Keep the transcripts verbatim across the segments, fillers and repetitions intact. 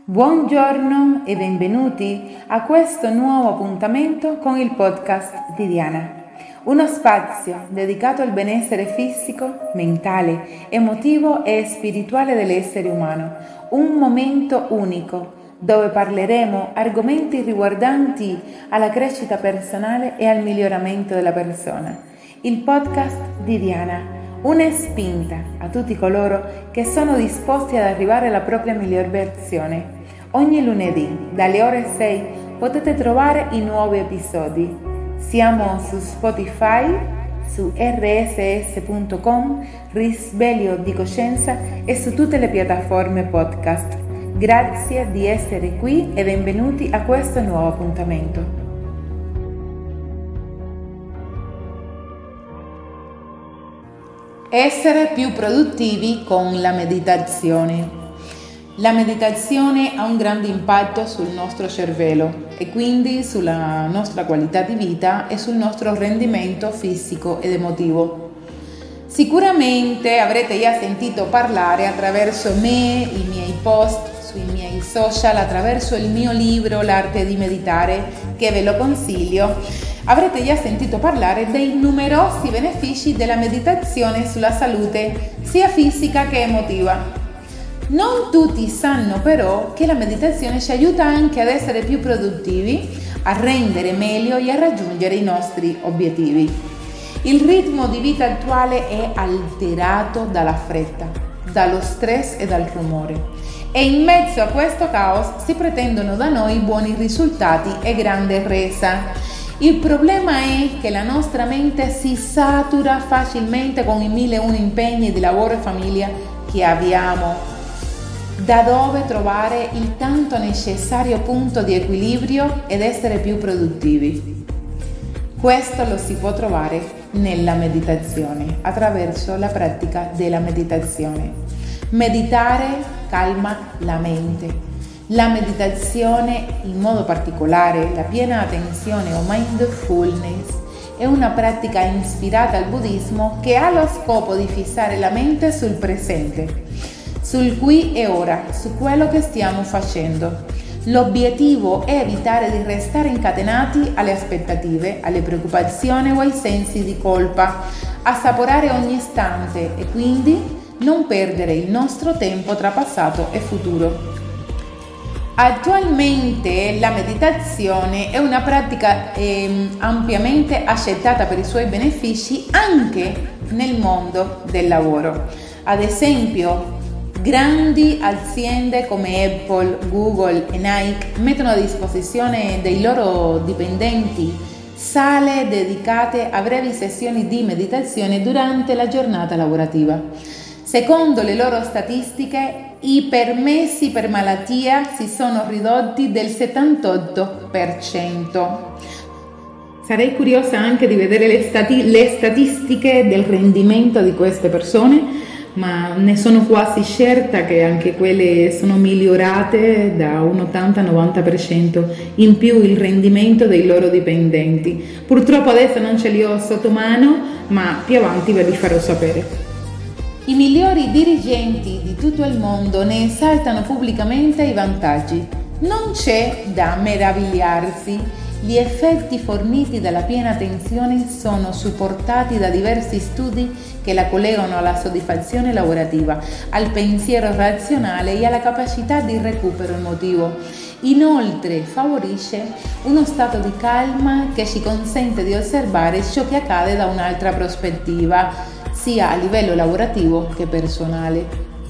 Buongiorno e benvenuti a questo nuovo appuntamento con il podcast di Diana, uno spazio dedicato al benessere fisico, mentale, emotivo e spirituale dell'essere umano, un momento unico dove parleremo argomenti riguardanti alla crescita personale e al miglioramento della persona. Il podcast di Diana, una spinta a tutti coloro che sono disposti ad arrivare alla propria miglior versione. Ogni lunedì dalle ore sei potete trovare i nuovi episodi. Siamo su Spotify, su erre esse esse punto com, Risveglio di Coscienza e su tutte le piattaforme podcast. Grazie di essere qui e benvenuti a questo nuovo appuntamento. Essere più produttivi con la meditazione. La meditazione ha un grande impatto sul nostro cervello e quindi sulla nostra qualità di vita e sul nostro rendimento fisico ed emotivo. Sicuramente avrete già sentito parlare attraverso me, i miei post, sui miei social, attraverso il mio libro L'arte di meditare, che ve lo consiglio. Avrete già sentito parlare dei numerosi benefici della meditazione sulla salute sia fisica che emotiva. Non tutti sanno però che la meditazione ci aiuta anche ad essere più produttivi, a rendere meglio e a raggiungere i nostri obiettivi. Il ritmo di vita attuale è alterato dalla fretta, dallo stress e dal rumore. E in mezzo a questo caos si pretendono da noi buoni risultati e grande resa. Il problema è che la nostra mente si satura facilmente con i mille e uno impegni di lavoro e famiglia che abbiamo. Da dove trovare il tanto necessario punto di equilibrio ed essere più produttivi? Questo lo si può trovare nella meditazione, attraverso la pratica della meditazione. Meditare calma la mente. La meditazione, in modo particolare la piena attenzione o mindfulness, è una pratica ispirata al buddismo che ha lo scopo di fissare la mente sul presente, sul qui e ora, su quello che stiamo facendo. L'obiettivo è evitare di restare incatenati alle aspettative, alle preoccupazioni o ai sensi di colpa, assaporare ogni istante e quindi non perdere il nostro tempo tra passato e futuro. Attualmente la meditazione è una pratica eh, ampiamente accettata per i suoi benefici anche nel mondo del lavoro. Ad esempio, grandi aziende come Apple, Google e Nike mettono a disposizione dei loro dipendenti sale dedicate a brevi sessioni di meditazione durante la giornata lavorativa. Secondo le loro statistiche, i permessi per malattia si sono ridotti del settantotto per cento. Sarei curiosa anche di vedere le, stati- le statistiche del rendimento di queste persone, ma ne sono quasi certa che anche quelle sono migliorate da un ottanta novanta per cento in più il rendimento dei loro dipendenti. Purtroppo adesso non ce li ho sotto mano, ma più avanti ve li farò sapere. I migliori dirigenti di tutto il mondo ne esaltano pubblicamente i vantaggi. Non c'è da meravigliarsi. Gli effetti forniti dalla piena attenzione sono supportati da diversi studi che la collegano alla soddisfazione lavorativa, al pensiero razionale e alla capacità di recupero emotivo. Inoltre favorisce uno stato di calma che ci consente di osservare ciò che accade da un'altra prospettiva, sia a livello lavorativo che personale.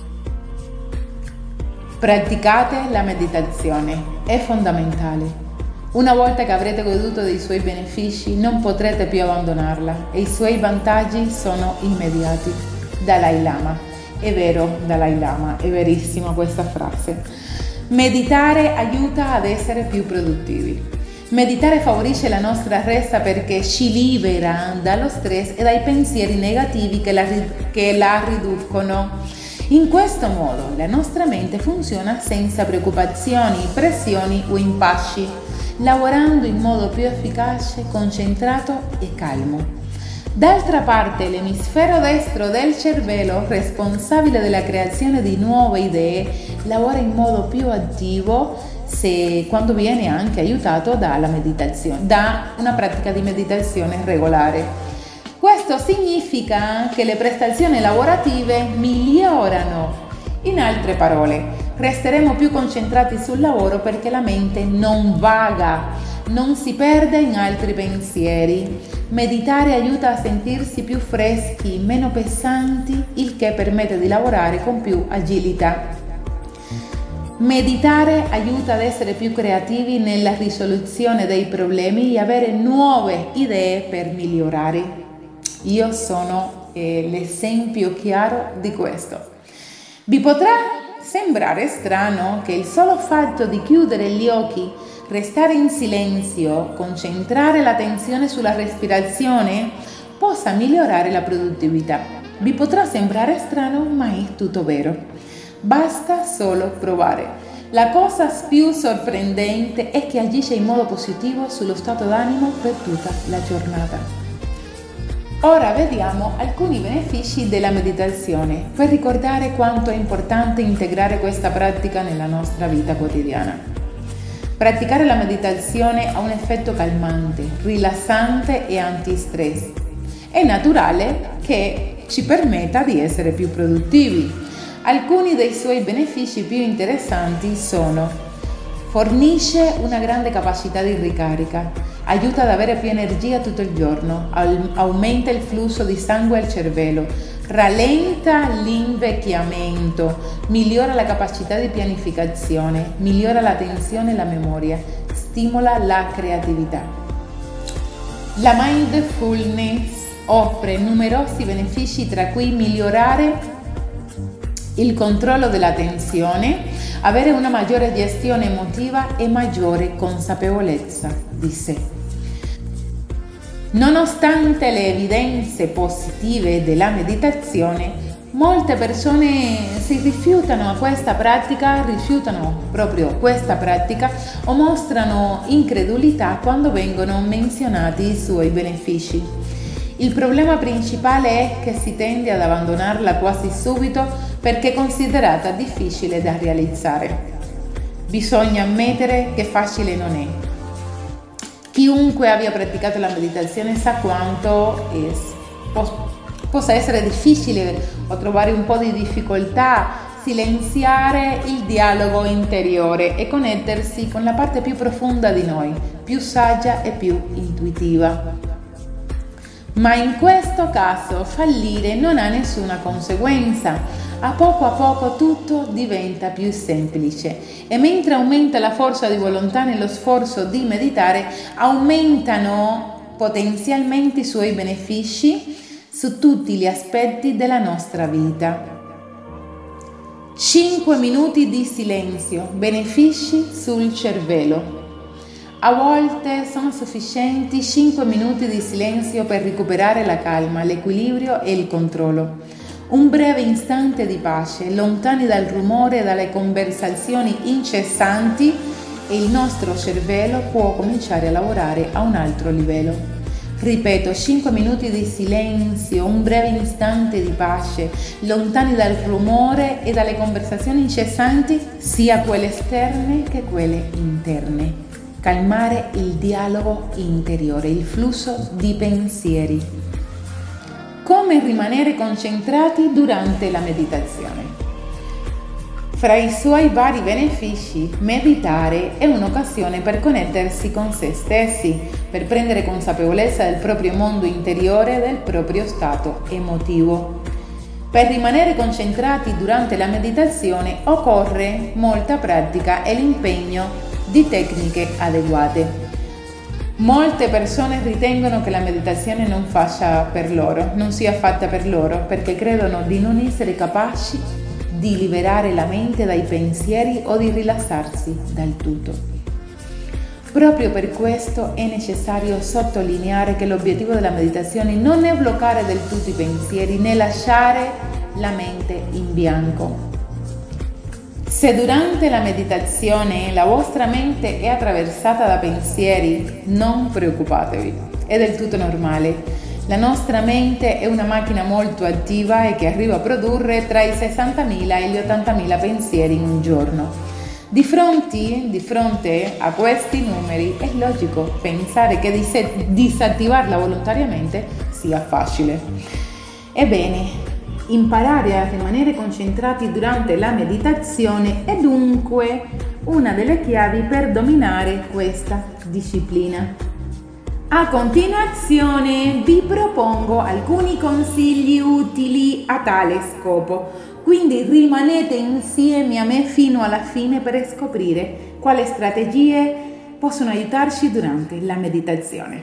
Praticate la meditazione, è fondamentale. Una volta che avrete goduto dei suoi benefici, non potrete più abbandonarla e i suoi vantaggi sono immediati. Dalai Lama. È vero, Dalai Lama, è verissima questa frase. Meditare aiuta ad essere più produttivi. Meditare favorisce la nostra resa perché ci libera dallo stress e dai pensieri negativi che la, che la riducono. In questo modo la nostra mente funziona senza preoccupazioni, pressioni o impacci, lavorando in modo più efficace, concentrato e calmo. D'altra parte, l'emisfero destro del cervello, responsabile della creazione di nuove idee, lavora in modo più attivo se, quando viene anche aiutato dalla meditazione, da una pratica di meditazione regolare. Questo significa che le prestazioni lavorative migliorano. In altre parole, resteremo più concentrati sul lavoro perché la mente non vaga, non si perde in altri pensieri. Meditare aiuta a sentirsi più freschi, meno pesanti, il che permette di lavorare con più agilità. Meditare aiuta ad essere più creativi nella risoluzione dei problemi e avere nuove idee per migliorare. Io sono eh, l'esempio chiaro di questo. Vi potrà sembrare strano che il solo fatto di chiudere gli occhi, restare in silenzio, concentrare l'attenzione sulla respirazione possa migliorare la produttività. Vi potrà sembrare strano, ma è tutto vero. Basta solo provare. La cosa più sorprendente è che agisce in modo positivo sullo stato d'animo per tutta la giornata. Ora vediamo alcuni benefici della meditazione per ricordare quanto è importante integrare questa pratica nella nostra vita quotidiana. Praticare la meditazione ha un effetto calmante, rilassante e antistress. È naturale che ci permetta di essere più produttivi. Alcuni dei suoi benefici più interessanti sono: fornisce una grande capacità di ricarica, aiuta ad avere più energia tutto il giorno, aumenta il flusso di sangue al cervello, rallenta l'invecchiamento, migliora la capacità di pianificazione, migliora l'attenzione e la memoria, stimola la creatività. La mindfulness offre numerosi benefici, tra cui migliorare il controllo dell'attenzione, avere una maggiore gestione emotiva e maggiore consapevolezza di sé. Nonostante le evidenze positive della meditazione, molte persone si rifiutano a questa pratica, rifiutano proprio questa pratica o mostrano incredulità quando vengono menzionati i suoi benefici. Il problema principale è che si tende ad abbandonarla quasi subito perché è considerata difficile da realizzare. Bisogna ammettere che facile non è. Chiunque abbia praticato la meditazione sa quanto è, po- possa essere difficile o trovare un po' di difficoltà silenziare il dialogo interiore e connettersi con la parte più profonda di noi, più saggia e più intuitiva. Ma in questo caso fallire non ha nessuna conseguenza. A poco a poco tutto diventa più semplice e mentre aumenta la forza di volontà nello sforzo di meditare, aumentano potenzialmente i suoi benefici su tutti gli aspetti della nostra vita. cinque minuti di silenzio, benefici sul cervello. A volte sono sufficienti cinque minuti di silenzio per recuperare la calma, l'equilibrio e il controllo. Un breve istante di pace, lontani dal rumore e dalle conversazioni incessanti, e il nostro cervello può cominciare a lavorare a un altro livello. Ripeto, cinque minuti di silenzio, un breve istante di pace, lontani dal rumore e dalle conversazioni incessanti, sia quelle esterne che quelle interne. Calmare il dialogo interiore, il flusso di pensieri. Come rimanere concentrati durante la meditazione? Fra i suoi vari benefici, meditare è un'occasione per connettersi con se stessi, per prendere consapevolezza del proprio mondo interiore e del proprio stato emotivo. Per rimanere concentrati durante la meditazione occorre molta pratica e l'impegno di tecniche adeguate. Molte persone ritengono che la meditazione non faccia per loro, non sia fatta per loro, perché credono di non essere capaci di liberare la mente dai pensieri o di rilassarsi dal tutto. Proprio per questo è necessario sottolineare che l'obiettivo della meditazione non è bloccare del tutto i pensieri né lasciare la mente in bianco. Se durante la meditazione la vostra mente è attraversata da pensieri, non preoccupatevi, è del tutto normale. La nostra mente è una macchina molto attiva e che arriva a produrre tra i sessantamila e gli ottantamila pensieri in un giorno. Di fronte, di fronte a questi numeri è logico pensare che disattivarla volontariamente sia facile. Ebbene, imparare a rimanere concentrati durante la meditazione è dunque una delle chiavi per dominare questa disciplina. A continuazione vi propongo alcuni consigli utili a tale scopo. Quindi rimanete insieme a me fino alla fine per scoprire quali strategie possono aiutarci durante la meditazione.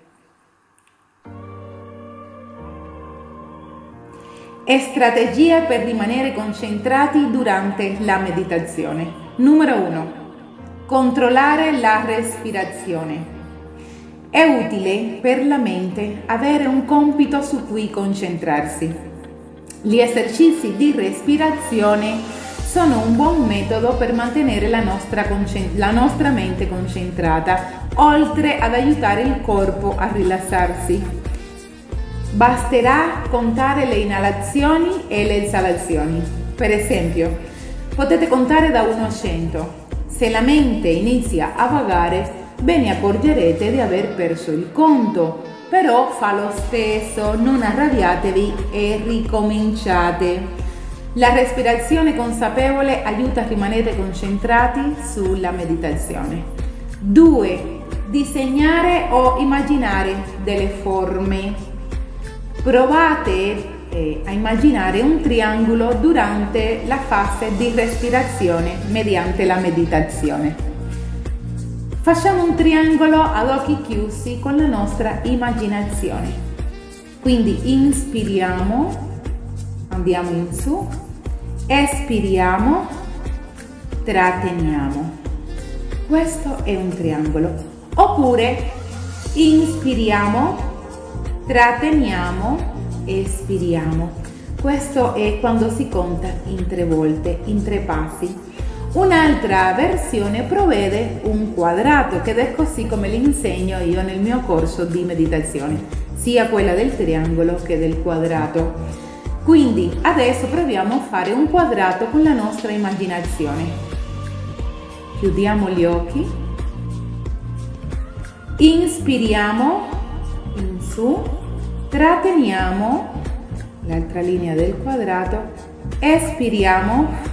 E strategie per rimanere concentrati durante la meditazione. Numero uno. Controllare la respirazione. È utile per la mente avere un compito su cui concentrarsi. Gli esercizi di respirazione sono un buon metodo per mantenere la nostra, concent- la nostra mente concentrata, oltre ad aiutare il corpo a rilassarsi. Basterà contare le inalazioni e le esalazioni. Per esempio, potete contare da uno a cento. Se la mente inizia a vagare, ve ne accorgerete di aver perso il conto. Però fa lo stesso, non arrabbiatevi e ricominciate. La respirazione consapevole aiuta a rimanere concentrati sulla meditazione. due. Disegnare o immaginare delle forme. Provate eh, a immaginare un triangolo durante la fase di respirazione mediante la meditazione. Facciamo un triangolo ad occhi chiusi con la nostra immaginazione. Quindi inspiriamo, andiamo in su, espiriamo, tratteniamo. Questo è un triangolo. Oppure inspiriamo, tratteniamo, espiriamo. Questo è quando si conta in tre volte, in tre passi. Un'altra versione prevede un quadrato, che è così come l'insegno io nel mio corso di meditazione, sia quella del triangolo che del quadrato. Quindi adesso proviamo a fare un quadrato con la nostra immaginazione. Chiudiamo gli occhi, inspiriamo in su, tratteniamo l'altra linea del quadrato, espiriamo,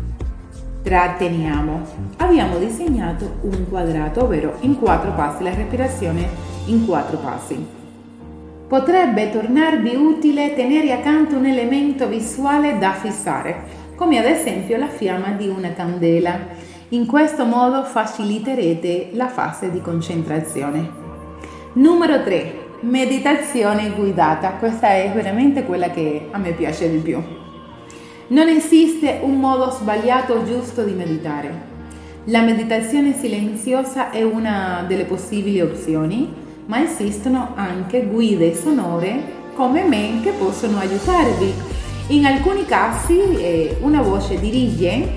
tratteniamo. Abbiamo disegnato un quadrato, ovvero in quattro passi, la respirazione in quattro passi. Potrebbe tornarvi utile tenere accanto un elemento visuale da fissare, come ad esempio la fiamma di una candela. In questo modo faciliterete la fase di concentrazione. Numero tre. Meditazione guidata. Questa è veramente quella che a me piace di più. Non esiste un modo sbagliato o giusto di meditare. La meditazione silenziosa è una delle possibili opzioni, ma esistono anche guide sonore come me che possono aiutarvi. In alcuni casi eh, una voce dirige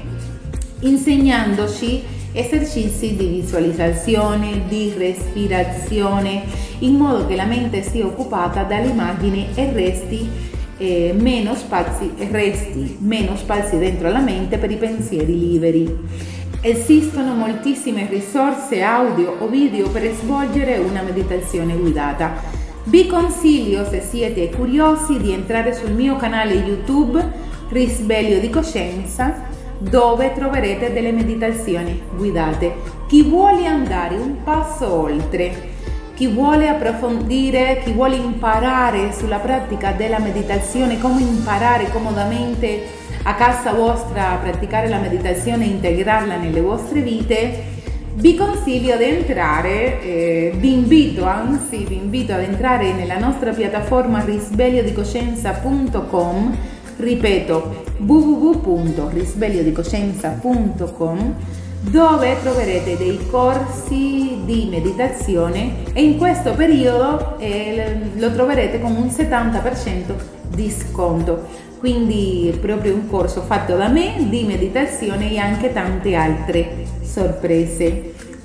insegnandoci esercizi di visualizzazione, di respirazione, in modo che la mente sia occupata dall'immagine e resti E meno spazi, resti meno spazi dentro la mente per i pensieri liberi. Esistono moltissime risorse audio o video per svolgere una meditazione guidata. Vi consiglio, se siete curiosi, di entrare sul mio canale YouTube Risveglio di Coscienza, dove troverete delle meditazioni guidate. Chi vuole andare un passo oltre, chi vuole approfondire, chi vuole imparare sulla pratica della meditazione, come imparare comodamente a casa vostra a praticare la meditazione e integrarla nelle vostre vite, vi consiglio di entrare, eh, vi invito, anzi vi invito ad entrare nella nostra piattaforma risveglio di coscienza punto com, ripeto w w w punto risveglio di coscienza punto com, dove troverete dei corsi di meditazione e in questo periodo eh, lo troverete con un settanta per cento di sconto, quindi proprio un corso fatto da me di meditazione e anche tante altre sorprese.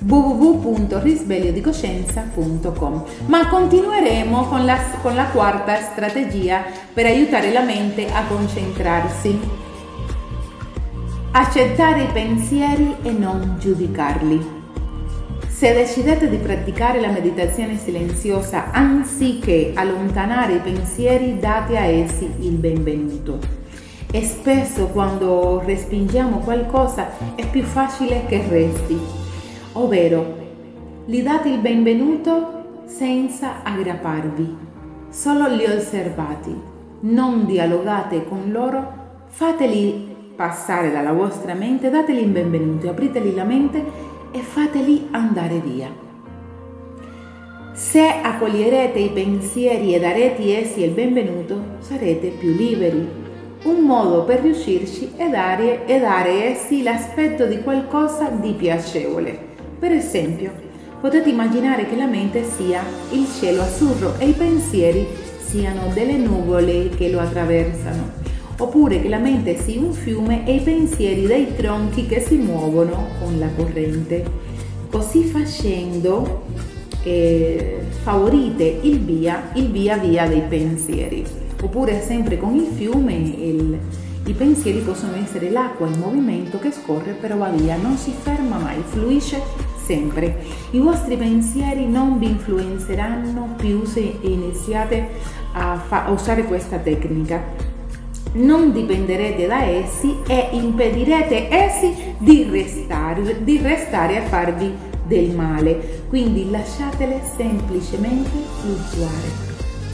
w w w punto risveglio di coscienza punto com. Ma continueremo con la, con la quarta strategia per aiutare la mente a concentrarsi. Accettare i pensieri e non giudicarli. Se decidete di praticare la meditazione silenziosa anziché allontanare i pensieri, date a essi il benvenuto. E spesso quando respingiamo qualcosa è più facile che resti, ovvero gli date il benvenuto senza aggrapparvi, solo li osservate, non dialogate con loro, fateli passare dalla vostra mente, dateli il benvenuto, apriteli la mente e fateli andare via. Se accoglierete i pensieri e darete essi il benvenuto, sarete più liberi. Un modo per riuscirci è dare, è dare essi l'aspetto di qualcosa di piacevole. Per esempio, potete immaginare che la mente sia il cielo azzurro e i pensieri siano delle nuvole che lo attraversano. Oppure che la mente sia un fiume e i pensieri dei tronchi che si muovono con la corrente. Così facendo eh, favorite il via, il via via dei pensieri. Oppure sempre con il fiume il, i pensieri possono essere l'acqua in movimento che scorre però va via, non si ferma mai, fluisce sempre. I vostri pensieri non vi influenzeranno più se iniziate a, fa- a usare questa tecnica. Non dipenderete da essi e impedirete essi di restare, di restare a farvi del male, quindi lasciatele semplicemente fluttuare.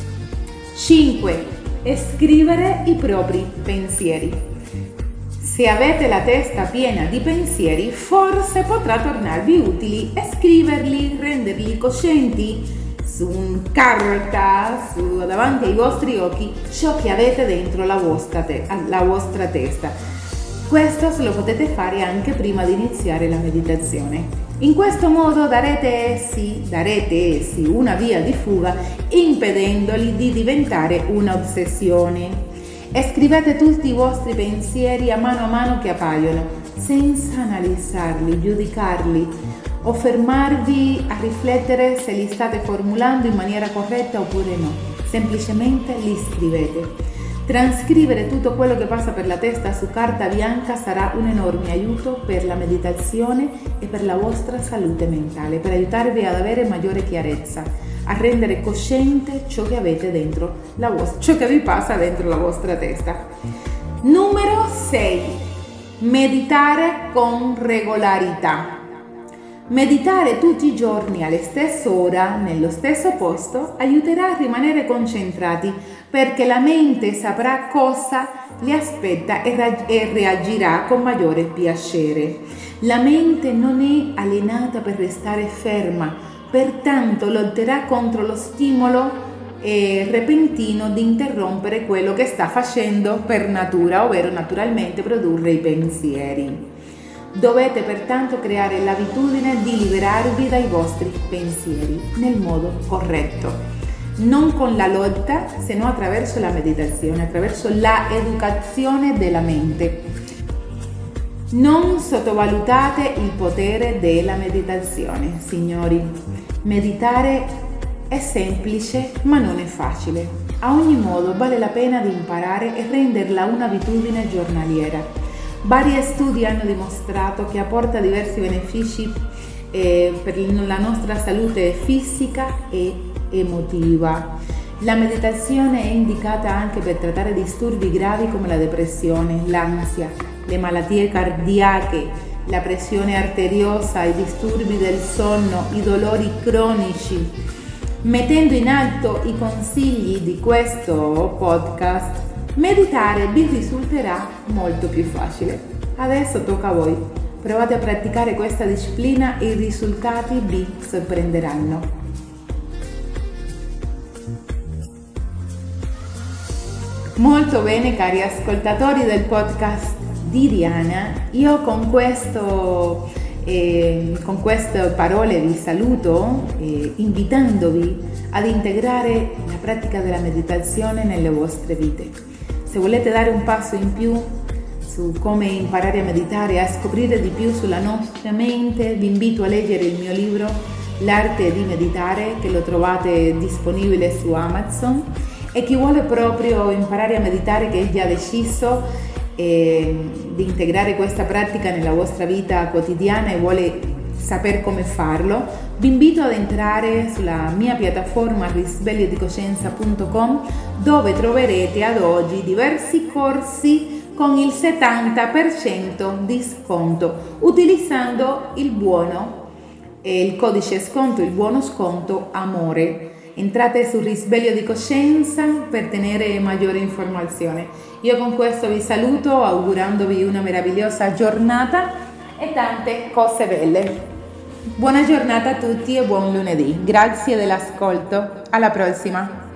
cinque. Scrivere i propri pensieri. Se avete la testa piena di pensieri, forse potrà tornarvi utili scriverli, renderli coscienti su un carta, su, davanti ai vostri occhi, ciò che avete dentro la vostra, te- la vostra testa. Questo se lo potete fare anche prima di iniziare la meditazione. In questo modo darete essi, darete essi una via di fuga, impedendoli di diventare un'ossessione. E scrivete tutti i vostri pensieri a mano a mano che appaiono, senza analizzarli, giudicarli, o fermarvi a riflettere se li state formulando in maniera corretta oppure no. Semplicemente li scrivete. Trascrivere tutto quello che passa per la testa su carta bianca sarà un enorme aiuto per la meditazione e per la vostra salute mentale, per aiutarvi ad avere maggiore chiarezza, a rendere cosciente ciò che avete dentro la vostra, ciò che vi passa dentro la vostra testa. Numero sei. Meditare con regolarità. Meditare tutti i giorni alla stessa ora, nello stesso posto, aiuterà a rimanere concentrati perché la mente saprà cosa li aspetta e reagirà con maggiore piacere. La mente non è allenata per restare ferma, pertanto lotterà contro lo stimolo eh, repentino di interrompere quello che sta facendo per natura, ovvero naturalmente produrre i pensieri. Dovete pertanto creare l'abitudine di liberarvi dai vostri pensieri nel modo corretto, non con la lotta, se no attraverso la meditazione, attraverso la educazione della mente. Non sottovalutate il potere della meditazione, signori. Meditare è semplice, ma non è facile. A ogni modo vale la pena di imparare e renderla un'abitudine giornaliera. Vari studi hanno dimostrato che apporta diversi benefici eh, per la nostra salute fisica e emotiva. La meditazione è indicata anche per trattare disturbi gravi come la depressione, l'ansia, le malattie cardiache, la pressione arteriosa, i disturbi del sonno, i dolori cronici. Mettendo in atto i consigli di questo podcast, meditare vi risulterà molto più facile. Adesso tocca a voi. Provate a praticare questa disciplina e i risultati vi sorprenderanno. Molto bene, cari ascoltatori del podcast di Diana, io con questo eh, con queste parole vi saluto eh, invitandovi ad integrare la pratica della meditazione nelle vostre vite. Se volete dare un passo in più su come imparare a meditare e a scoprire di più sulla nostra mente, vi invito a leggere il mio libro L'arte di meditare, che lo trovate disponibile su Amazon. E chi vuole proprio imparare a meditare, che è già deciso eh, di integrare questa pratica nella vostra vita quotidiana e vuole sapere come farlo, vi invito ad entrare sulla mia piattaforma risveglio di coscienza punto com, dove troverete ad oggi diversi corsi con il settanta per cento di sconto utilizzando il buono e il codice sconto, il buono sconto amore. Entrate su Risveglio di Coscienza per tenere maggiore informazione. Io con questo vi saluto augurandovi una meravigliosa giornata e tante cose belle. Buona giornata a tutti e buon lunedì. Grazie dell'ascolto. Alla prossima.